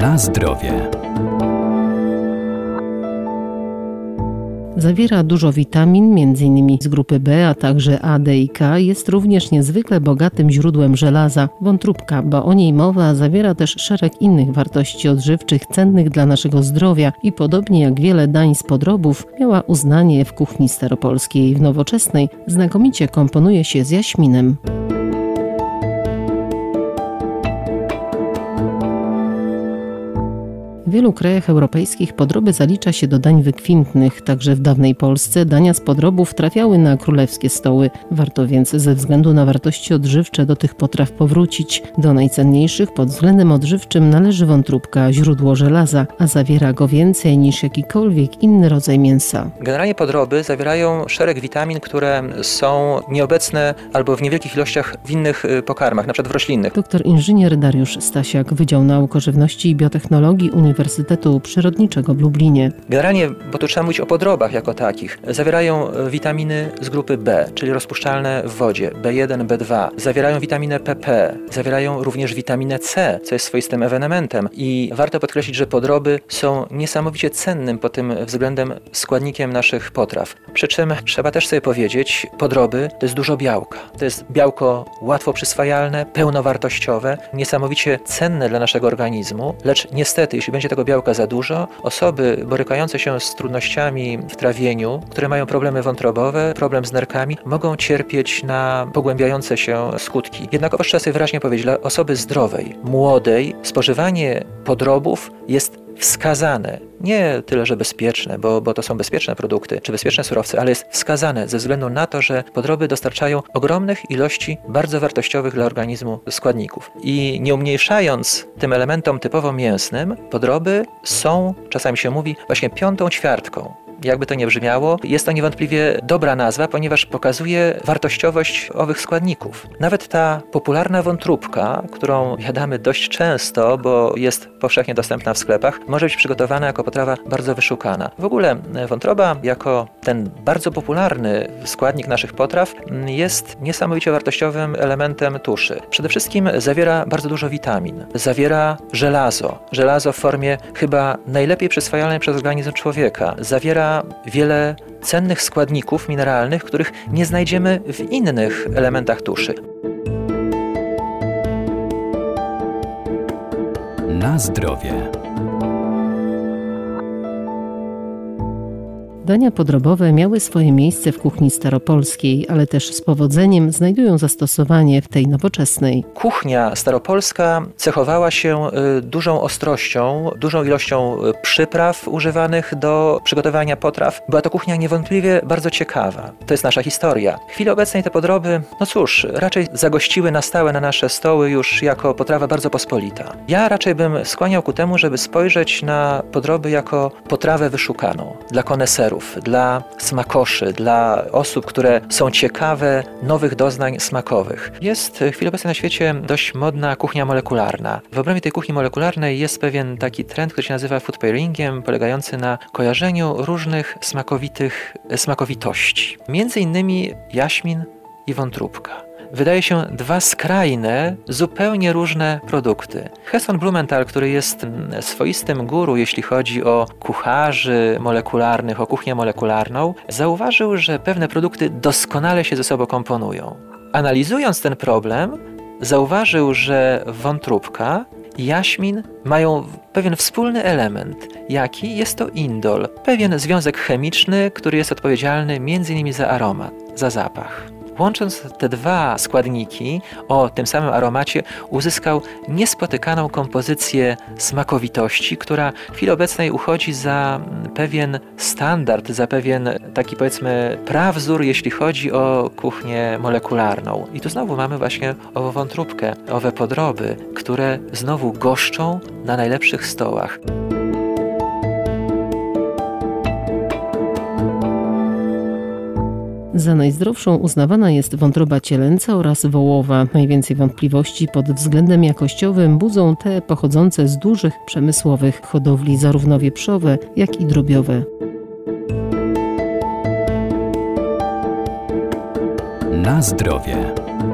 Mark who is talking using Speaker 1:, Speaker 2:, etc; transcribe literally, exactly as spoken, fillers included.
Speaker 1: Na zdrowie.
Speaker 2: Zawiera dużo witamin, między innymi z grupy B, a także A, D i K. Jest również niezwykle bogatym źródłem żelaza. Wątróbka, bo o niej mowa, zawiera też szereg innych wartości odżywczych cennych dla naszego zdrowia i podobnie jak wiele dań z podrobów miała uznanie w kuchni staropolskiej. W nowoczesnej znakomicie komponuje się z jaśminem. W wielu krajach europejskich podroby zalicza się do dań wykwintnych, także w dawnej Polsce dania z podrobów trafiały na królewskie stoły. Warto więc ze względu na wartości odżywcze do tych potraw powrócić. Do najcenniejszych pod względem odżywczym należy wątróbka, źródło żelaza, a zawiera go więcej niż jakikolwiek inny rodzaj mięsa.
Speaker 3: Generalnie podroby zawierają szereg witamin, które są nieobecne albo w niewielkich ilościach w innych pokarmach, np. w roślinnych.
Speaker 2: Doktor inżynier Dariusz Stasiak, Wydział Nauk o Żywności i Biotechnologii Uniwersytetu Przyrodniczego w Lublinie.
Speaker 3: Generalnie, bo tu trzeba mówić o podrobach jako takich, zawierają witaminy z grupy B, czyli rozpuszczalne w wodzie, B jeden, B dwa. Zawierają witaminę P P, zawierają również witaminę C, co jest swoistym ewenementem. I warto podkreślić, że podroby są niesamowicie cennym pod tym względem składnikiem naszych potraw. Przy czym trzeba też sobie powiedzieć, podroby to jest dużo białka. To jest białko łatwo przyswajalne, pełnowartościowe, niesamowicie cenne dla naszego organizmu, lecz niestety, jeśli będzie tego białka za dużo, osoby borykające się z trudnościami w trawieniu, które mają problemy wątrobowe, problem z nerkami, mogą cierpieć na pogłębiające się skutki. Jednakowoż trzeba sobie wyraźnie powiedzieć, dla osoby zdrowej, młodej, spożywanie podrobów jest wskazane. Nie tyle, że bezpieczne, bo, bo to są bezpieczne produkty, czy bezpieczne surowce, ale jest wskazane ze względu na to, że podroby dostarczają ogromnych ilości bardzo wartościowych dla organizmu składników. I nie umniejszając tym elementom typowo mięsnym, podroby są, czasami się mówi, właśnie piątą ćwiartką. Jakby to nie brzmiało, jest to niewątpliwie dobra nazwa, ponieważ pokazuje wartościowość owych składników. Nawet ta popularna wątróbka, którą jadamy dość często, bo jest powszechnie dostępna w sklepach, może być przygotowana jako potrawa bardzo wyszukana. W ogóle wątroba jako ten bardzo popularny składnik naszych potraw jest niesamowicie wartościowym elementem tuszy. Przede wszystkim zawiera bardzo dużo witamin. Zawiera żelazo. Żelazo w formie chyba najlepiej przyswajalnej przez organizm człowieka. Zawiera wiele cennych składników mineralnych, których nie znajdziemy w innych elementach tuszy.
Speaker 1: Na zdrowie.
Speaker 2: Dania podrobowe miały swoje miejsce w kuchni staropolskiej, ale też z powodzeniem znajdują zastosowanie w tej nowoczesnej.
Speaker 3: Kuchnia staropolska cechowała się dużą ostrością, dużą ilością przypraw używanych do przygotowania potraw. Była to kuchnia niewątpliwie bardzo ciekawa. To jest nasza historia. W chwili obecnej te podroby, no cóż, raczej zagościły na stałe na nasze stoły już jako potrawa bardzo pospolita. Ja raczej bym skłaniał ku temu, żeby spojrzeć na podroby jako potrawę wyszukaną dla koneserów, dla smakoszy, dla osób, które są ciekawe nowych doznań smakowych. Jest w chwili obecnej na świecie dość modna kuchnia molekularna. W obrębie tej kuchni molekularnej jest pewien taki trend, który się nazywa food pairingiem, polegający na kojarzeniu różnych smakowitych smakowitości. Między innymi jaśmin i wątróbka. Wydaje się dwa skrajne, zupełnie różne produkty. Heston Blumenthal, który jest swoistym guru, jeśli chodzi o kucharzy molekularnych, o kuchnię molekularną, zauważył, że pewne produkty doskonale się ze sobą komponują. Analizując ten problem, zauważył, że wątróbka i jaśmin mają pewien wspólny element. Jaki? Jest to indol. Pewien związek chemiczny, który jest odpowiedzialny między innymi za aromat, za zapach. Łącząc te dwa składniki o tym samym aromacie, uzyskał niespotykaną kompozycję smakowitości, która w chwili obecnej uchodzi za pewien standard, za pewien taki, powiedzmy, prawzór, jeśli chodzi o kuchnię molekularną. I tu znowu mamy właśnie ową wątróbkę, owe podroby, które znowu goszczą na najlepszych stołach.
Speaker 2: Za najzdrowszą uznawana jest wątroba cielęca oraz wołowa. Najwięcej wątpliwości pod względem jakościowym budzą te pochodzące z dużych przemysłowych hodowli, zarówno wieprzowe, jak i drobiowe.
Speaker 1: Na zdrowie.